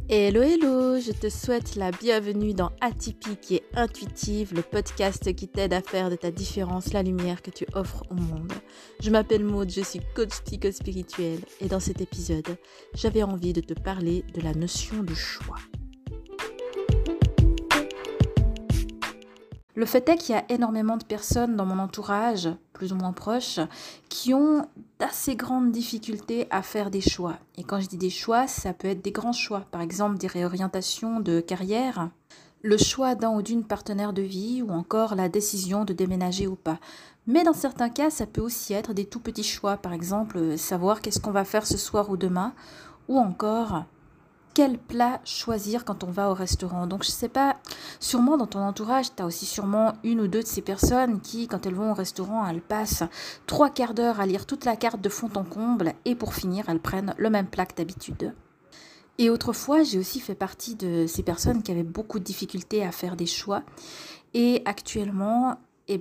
Hello hello, je te souhaite la bienvenue dans Atypique et Intuitive, le podcast qui t'aide à faire de ta différence la lumière que tu offres au monde. Je m'appelle Maud, je suis coach psycho-spirituel et dans cet épisode, j'avais envie de te parler de la notion de choix. Le fait est qu'il y a énormément de personnes dans mon entourage, plus ou moins proches, qui ont d'assez grandes difficultés à faire des choix. Et quand je dis des choix, ça peut être des grands choix, par exemple des réorientations de carrière, le choix d'un ou d'une partenaire de vie ou encore la décision de déménager ou pas. Mais dans certains cas, ça peut aussi être des tout petits choix, par exemple savoir qu'est-ce qu'on va faire ce soir ou demain, ou encore quel plat choisir quand on va au restaurant. Donc je sais pas, sûrement dans ton entourage, tu as aussi sûrement une ou deux de ces personnes qui, quand elles vont au restaurant, elles passent 3/4 d'heure à lire toute la carte de fond en comble et pour finir, elles prennent le même plat que d'habitude. Et autrefois, j'ai aussi fait partie de ces personnes qui avaient beaucoup de difficultés à faire des choix. Et actuellement,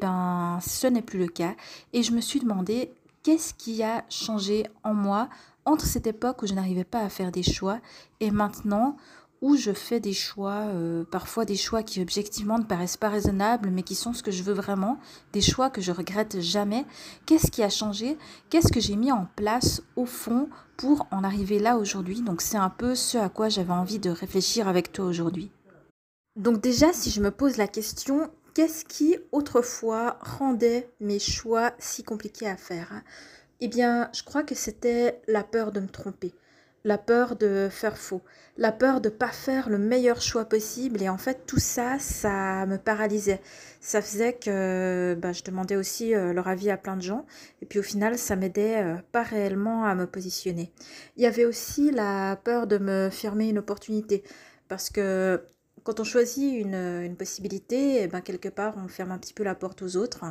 ce n'est plus le cas. Et je me suis demandé qu'est-ce qui a changé en moi entre cette époque où je n'arrivais pas à faire des choix et maintenant où je fais des choix, parfois des choix qui objectivement ne paraissent pas raisonnables, mais qui sont ce que je veux vraiment, des choix que je regrette jamais. Qu'est-ce qui a changé? Qu'est-ce que j'ai mis en place au fond pour en arriver là aujourd'hui? Donc c'est un peu ce à quoi j'avais envie de réfléchir avec toi aujourd'hui. Donc déjà, si je me pose la question, qu'est-ce qui autrefois rendait mes choix si compliqués à faire? Eh bien, je crois que c'était la peur de me tromper, la peur de faire faux, la peur de ne pas faire le meilleur choix possible. Et en fait, tout ça, ça me paralysait. Ça faisait que je demandais aussi leur avis à plein de gens. Et puis au final, ça m'aidait pas réellement à me positionner. Il y avait aussi la peur de me fermer une opportunité. Parce que quand on choisit une possibilité, quelque part, on ferme un petit peu la porte aux autres.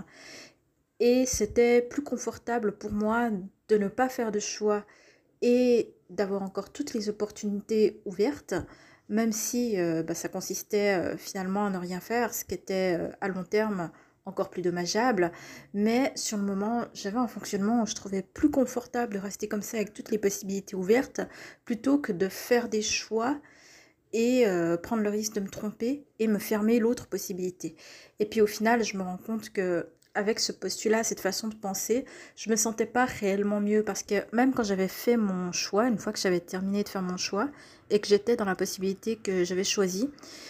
Et c'était plus confortable pour moi de ne pas faire de choix et d'avoir encore toutes les opportunités ouvertes, même si ça consistait finalement à ne rien faire, ce qui était à long terme encore plus dommageable. Mais sur le moment, j'avais un fonctionnement où je trouvais plus confortable de rester comme ça avec toutes les possibilités ouvertes, plutôt que de faire des choix et prendre le risque de me tromper et me fermer l'autre possibilité. Et puis au final, je me rends compte que avec ce postulat, cette façon de penser, je me sentais pas réellement mieux parce que même quand j'avais fait mon choix, une fois que j'avais terminé de faire mon choix et que j'étais dans la possibilité que j'avais choisie,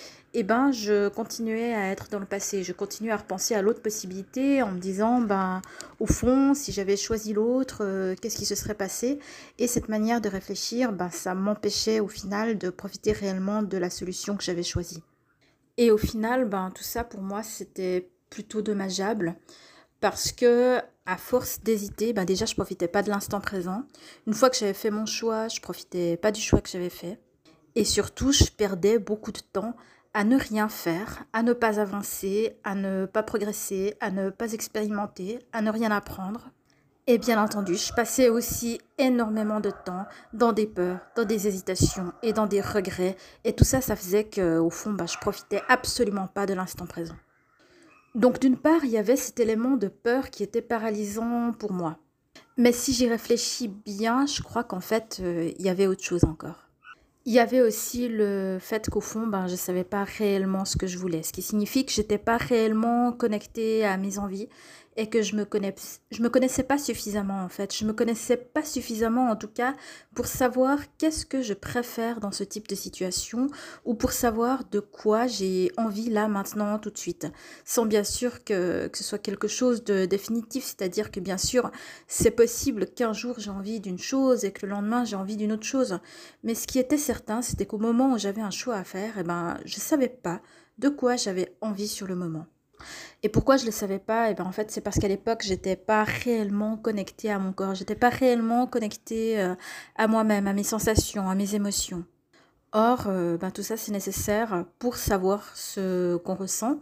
je continuais à être dans le passé. Je continuais à repenser à l'autre possibilité en me disant, au fond, si j'avais choisi l'autre, qu'est-ce qui se serait passé? Et cette manière de réfléchir, ça m'empêchait au final de profiter réellement de la solution que j'avais choisie. Et au final, tout ça pour moi, c'était plutôt dommageable parce que à force d'hésiter, déjà je profitais pas de l'instant présent. Une fois que j'avais fait mon choix, je profitais pas du choix que j'avais fait. Et surtout, je perdais beaucoup de temps à ne rien faire, à ne pas avancer, à ne pas progresser, à ne pas expérimenter, à ne rien apprendre. Et bien entendu, je passais aussi énormément de temps dans des peurs, dans des hésitations et dans des regrets. Et tout ça, ça faisait qu'au fond, je profitais absolument pas de l'instant présent. Donc d'une part, il y avait cet élément de peur qui était paralysant pour moi. Mais si j'y réfléchis bien, je crois qu'en fait, il y avait autre chose encore. Il y avait aussi le fait qu'au fond, je ne savais pas réellement ce que je voulais, ce qui signifie que je n'étais pas réellement connectée à mes envies et que je me connaissais pas suffisamment en fait. Je me connaissais pas suffisamment en tout cas pour savoir qu'est-ce que je préfère dans ce type de situation ou pour savoir de quoi j'ai envie là maintenant tout de suite. Sans bien sûr que ce soit quelque chose de définitif, c'est-à-dire que bien sûr c'est possible qu'un jour j'ai envie d'une chose et que le lendemain j'ai envie d'une autre chose. Mais ce qui était certain, c'était qu'au moment où j'avais un choix à faire, je ne savais pas de quoi j'avais envie sur le moment. Et pourquoi je ne le savais pas? En fait, c'est parce qu'à l'époque, j'étais pas réellement connectée à mon corps. J'étais pas réellement connectée à moi-même, à mes sensations, à mes émotions. Or, tout ça, c'est nécessaire pour savoir ce qu'on ressent.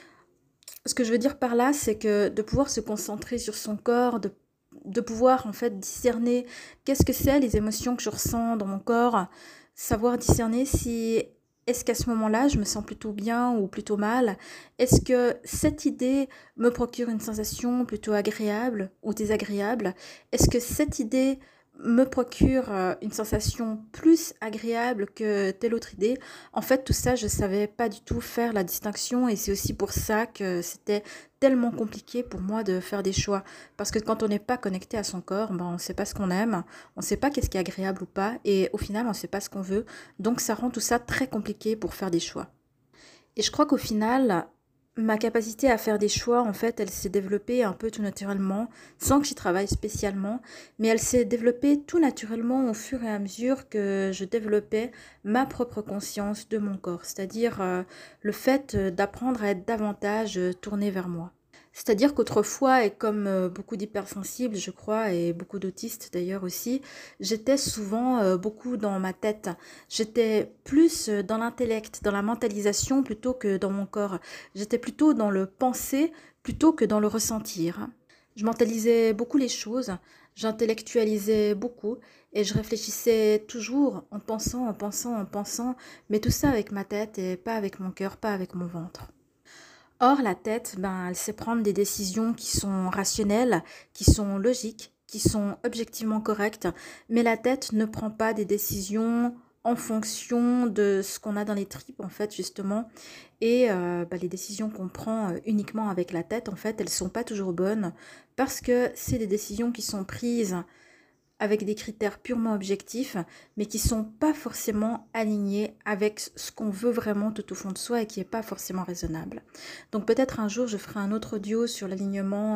Ce que je veux dire par là, c'est que de pouvoir se concentrer sur son corps, de pouvoir en fait discerner qu'est-ce que c'est les émotions que je ressens dans mon corps, savoir discerner si est-ce qu'à ce moment-là je me sens plutôt bien ou plutôt mal, est-ce que cette idée me procure une sensation plutôt agréable ou désagréable, est-ce que cette idée me procure une sensation plus agréable que telle autre idée. En fait, tout ça, je ne savais pas du tout faire la distinction et c'est aussi pour ça que c'était tellement compliqué pour moi de faire des choix. Parce que quand on n'est pas connecté à son corps, ben, on ne sait pas ce qu'on aime, on ne sait pas qu'est-ce qui est agréable ou pas et au final, on ne sait pas ce qu'on veut. Donc ça rend tout ça très compliqué pour faire des choix. Et je crois qu'au final, ma capacité à faire des choix, en fait, elle s'est développée un peu tout naturellement, sans que j'y travaille spécialement, mais elle s'est développée tout naturellement au fur et à mesure que je développais ma propre conscience de mon corps, c'est-à-dire le fait d'apprendre à être davantage tourné vers moi. C'est-à-dire qu'autrefois, et comme beaucoup d'hypersensibles, je crois, et beaucoup d'autistes d'ailleurs aussi, j'étais souvent beaucoup dans ma tête. J'étais plus dans l'intellect, dans la mentalisation plutôt que dans mon corps. J'étais plutôt dans le penser plutôt que dans le ressentir. Je mentalisais beaucoup les choses, j'intellectualisais beaucoup et je réfléchissais toujours en pensant, en pensant, en pensant, mais tout ça avec ma tête et pas avec mon cœur, pas avec mon ventre. Or, la tête, ben, elle sait prendre des décisions qui sont rationnelles, qui sont logiques, qui sont objectivement correctes, mais la tête ne prend pas des décisions en fonction de ce qu'on a dans les tripes, en fait, justement. Et ben, les décisions qu'on prend uniquement avec la tête, en fait, elles ne sont pas toujours bonnes parce que c'est des décisions qui sont prises avec des critères purement objectifs, mais qui sont pas forcément alignés avec ce qu'on veut vraiment tout au fond de soi et qui est pas forcément raisonnable. Donc peut-être un jour je ferai un autre audio sur l'alignement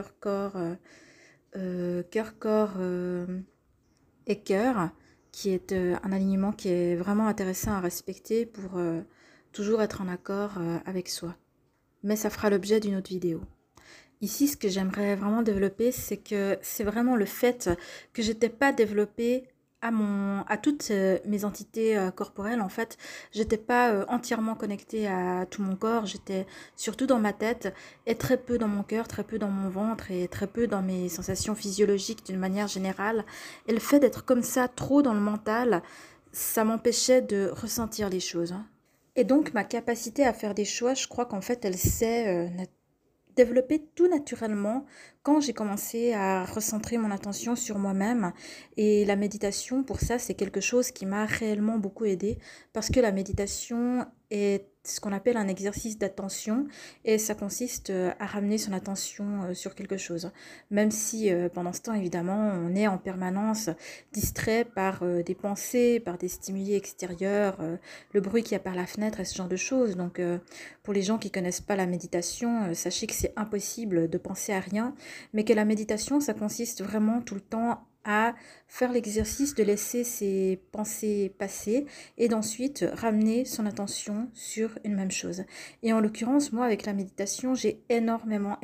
cœur-corps et cœur, qui est un alignement qui est vraiment intéressant à respecter pour toujours être en accord avec soi. Mais ça fera l'objet d'une autre vidéo. Ici, ce que j'aimerais vraiment développer, c'est que c'est vraiment le fait que j'étais pas développée à toutes mes entités corporelles. En fait, j'étais pas entièrement connectée à tout mon corps. J'étais surtout dans ma tête et très peu dans mon cœur, très peu dans mon ventre et très peu dans mes sensations physiologiques d'une manière générale. Et le fait d'être comme ça, trop dans le mental, ça m'empêchait de ressentir les choses. Et donc, ma capacité à faire des choix, je crois qu'en fait, elle s'est développé tout naturellement quand j'ai commencé à recentrer mon attention sur moi-même. Et la méditation, pour ça, c'est quelque chose qui m'a réellement beaucoup aidée parce que la méditation est ce qu'on appelle un exercice d'attention et ça consiste à ramener son attention sur quelque chose. Même si pendant ce temps, évidemment, on est en permanence distrait par des pensées, par des stimuli extérieurs, le bruit qu'il y a par la fenêtre et ce genre de choses. Donc pour les gens qui connaissent pas la méditation, sachez que c'est impossible de penser à rien, mais que la méditation, ça consiste vraiment tout le temps à faire l'exercice de laisser ses pensées passer et d'ensuite ramener son attention sur une même chose. Et en l'occurrence, moi, avec la méditation, j'ai énormément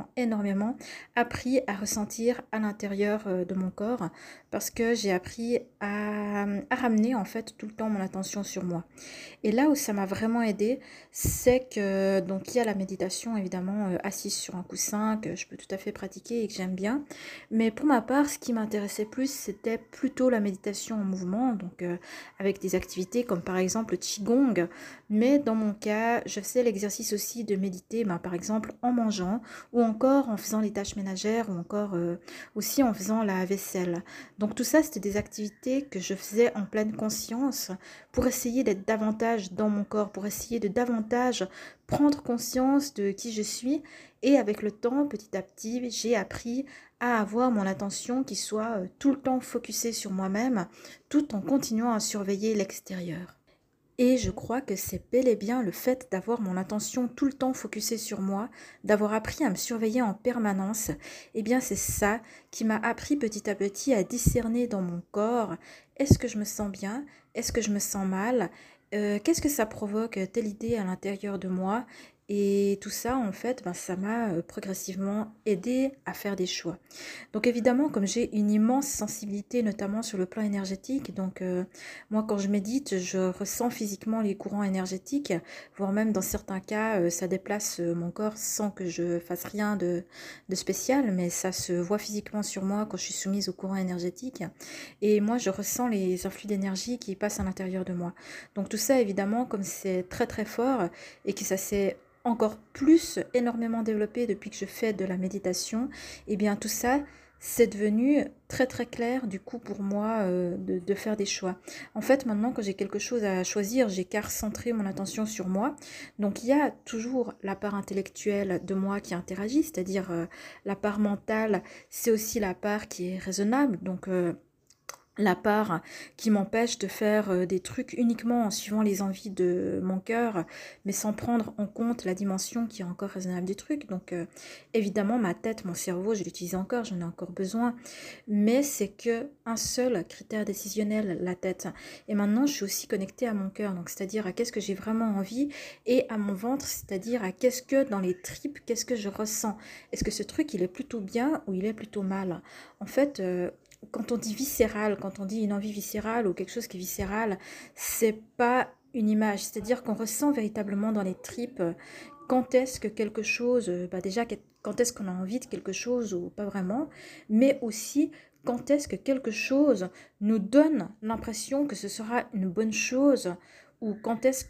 appris à ressentir à l'intérieur de mon corps parce que j'ai appris à ramener en fait tout le temps mon attention sur moi. Et là où ça m'a vraiment aidée, c'est que donc il y a la méditation évidemment assise sur un coussin que je peux tout à fait pratiquer et que j'aime bien. Mais pour ma part, ce qui m'intéressait plus, c'était plutôt la méditation en mouvement, donc avec des activités comme par exemple le qigong. Mais dans mon cas, je faisais l'exercice aussi de méditer, par exemple en mangeant ou encore en faisant les tâches ménagères ou encore aussi en faisant la vaisselle. Donc tout ça, c'était des activités que je faisais en pleine conscience pour essayer d'être davantage dans mon corps, pour essayer de davantage prendre conscience de qui je suis. Et avec le temps, petit à petit, j'ai appris à avoir mon attention qui soit tout le temps focusée sur moi-même, tout en continuant à surveiller l'extérieur. Et je crois que c'est bel et bien le fait d'avoir mon attention tout le temps focusée sur moi, d'avoir appris à me surveiller en permanence, eh bien c'est ça qui m'a appris petit à petit à discerner dans mon corps, est-ce que je me sens bien, est-ce que je me sens mal, qu'est-ce que ça provoque telle idée à l'intérieur de moi. Et tout ça, en fait, ça m'a progressivement aidé à faire des choix. Donc évidemment, comme j'ai une immense sensibilité, notamment sur le plan énergétique, donc moi quand je médite, je ressens physiquement les courants énergétiques, voire même dans certains cas, ça déplace mon corps sans que je fasse rien de spécial, mais ça se voit physiquement sur moi quand je suis soumise aux courants énergétiques. Et moi, je ressens les influx d'énergie qui passent à l'intérieur de moi. Donc tout ça, évidemment, comme c'est très très fort et que ça s'est encore plus énormément développé depuis que je fais de la méditation, et bien tout ça, c'est devenu très très clair du coup pour moi de faire des choix. En fait, maintenant quand j'ai quelque chose à choisir, j'ai qu'à recentrer mon attention sur moi. Donc il y a toujours la part intellectuelle de moi qui interagit, c'est-à-dire la part mentale, c'est aussi la part qui est raisonnable. Donc la part qui m'empêche de faire des trucs uniquement en suivant les envies de mon cœur, mais sans prendre en compte la dimension qui est encore raisonnable du truc. Donc évidemment, ma tête, mon cerveau, je l'utilise encore, j'en ai encore besoin, mais c'est que un seul critère décisionnel, la tête. Et maintenant, je suis aussi connectée à mon cœur, donc c'est-à-dire à qu'est-ce que j'ai vraiment envie, et à mon ventre, c'est-à-dire à qu'est-ce que dans les tripes, qu'est-ce que je ressens. Est-ce que ce truc, il est plutôt bien ou il est plutôt mal? En fait, quand on dit viscéral, quand on dit une envie viscérale ou quelque chose qui est viscéral, c'est pas une image, c'est-à-dire qu'on ressent véritablement dans les tripes quand est-ce que quelque chose, déjà quand est-ce qu'on a envie de quelque chose ou pas vraiment, mais aussi quand est-ce que quelque chose nous donne l'impression que ce sera une bonne chose ou quand est-ce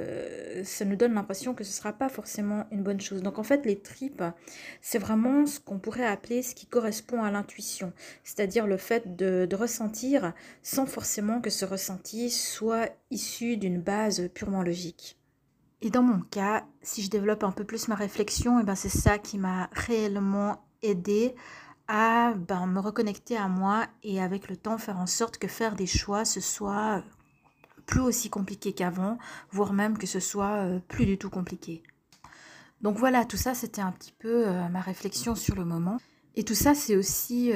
que ça nous donne l'impression que ce ne sera pas forcément une bonne chose. Donc en fait, les tripes, c'est vraiment ce qu'on pourrait appeler ce qui correspond à l'intuition, c'est-à-dire le fait de ressentir sans forcément que ce ressenti soit issu d'une base purement logique. Et dans mon cas, si je développe un peu plus ma réflexion, c'est ça qui m'a réellement aidé à me reconnecter à moi et avec le temps faire en sorte que faire des choix, ce soit plus aussi compliqué qu'avant, voire même que ce soit plus du tout compliqué. Donc voilà, tout ça c'était un petit peu ma réflexion sur le moment. Et tout ça c'est aussi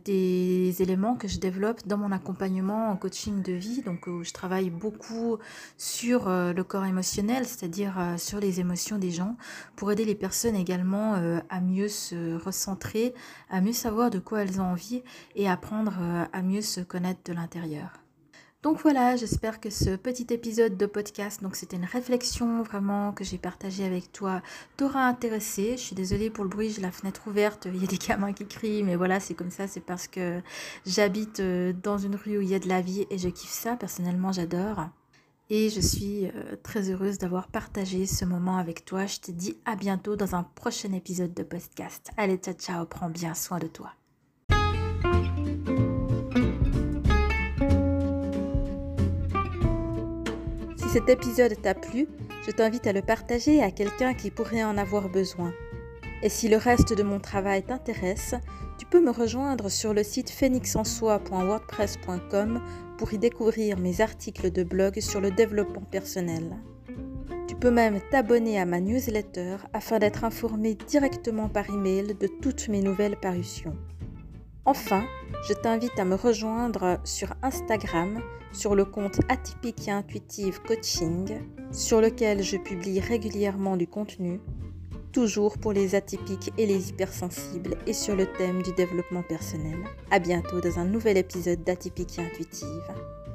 des éléments que je développe dans mon accompagnement en coaching de vie, donc où je travaille beaucoup sur le corps émotionnel, c'est-à-dire sur les émotions des gens, pour aider les personnes également à mieux se recentrer, à mieux savoir de quoi elles ont envie et apprendre à mieux se connaître de l'intérieur. Donc voilà, j'espère que ce petit épisode de podcast, donc c'était une réflexion vraiment que j'ai partagée avec toi, t'aura intéressé. Je suis désolée pour le bruit, j'ai la fenêtre ouverte, il y a des gamins qui crient, mais voilà, c'est comme ça, c'est parce que j'habite dans une rue où il y a de la vie et je kiffe ça, personnellement j'adore. Et je suis très heureuse d'avoir partagé ce moment avec toi. Je te dis à bientôt dans un prochain épisode de podcast. Allez, ciao, ciao, prends bien soin de toi. Si cet épisode t'a plu, je t'invite à le partager à quelqu'un qui pourrait en avoir besoin. Et si le reste de mon travail t'intéresse, tu peux me rejoindre sur le site phoenixensoi.wordpress.com pour y découvrir mes articles de blog sur le développement personnel. Tu peux même t'abonner à ma newsletter afin d'être informé directement par email de toutes mes nouvelles parutions. Enfin, je t'invite à me rejoindre sur Instagram, sur le compte Atypique et Intuitive Coaching, sur lequel je publie régulièrement du contenu, toujours pour les atypiques et les hypersensibles et sur le thème du développement personnel. À bientôt dans un nouvel épisode d'Atypique et Intuitive.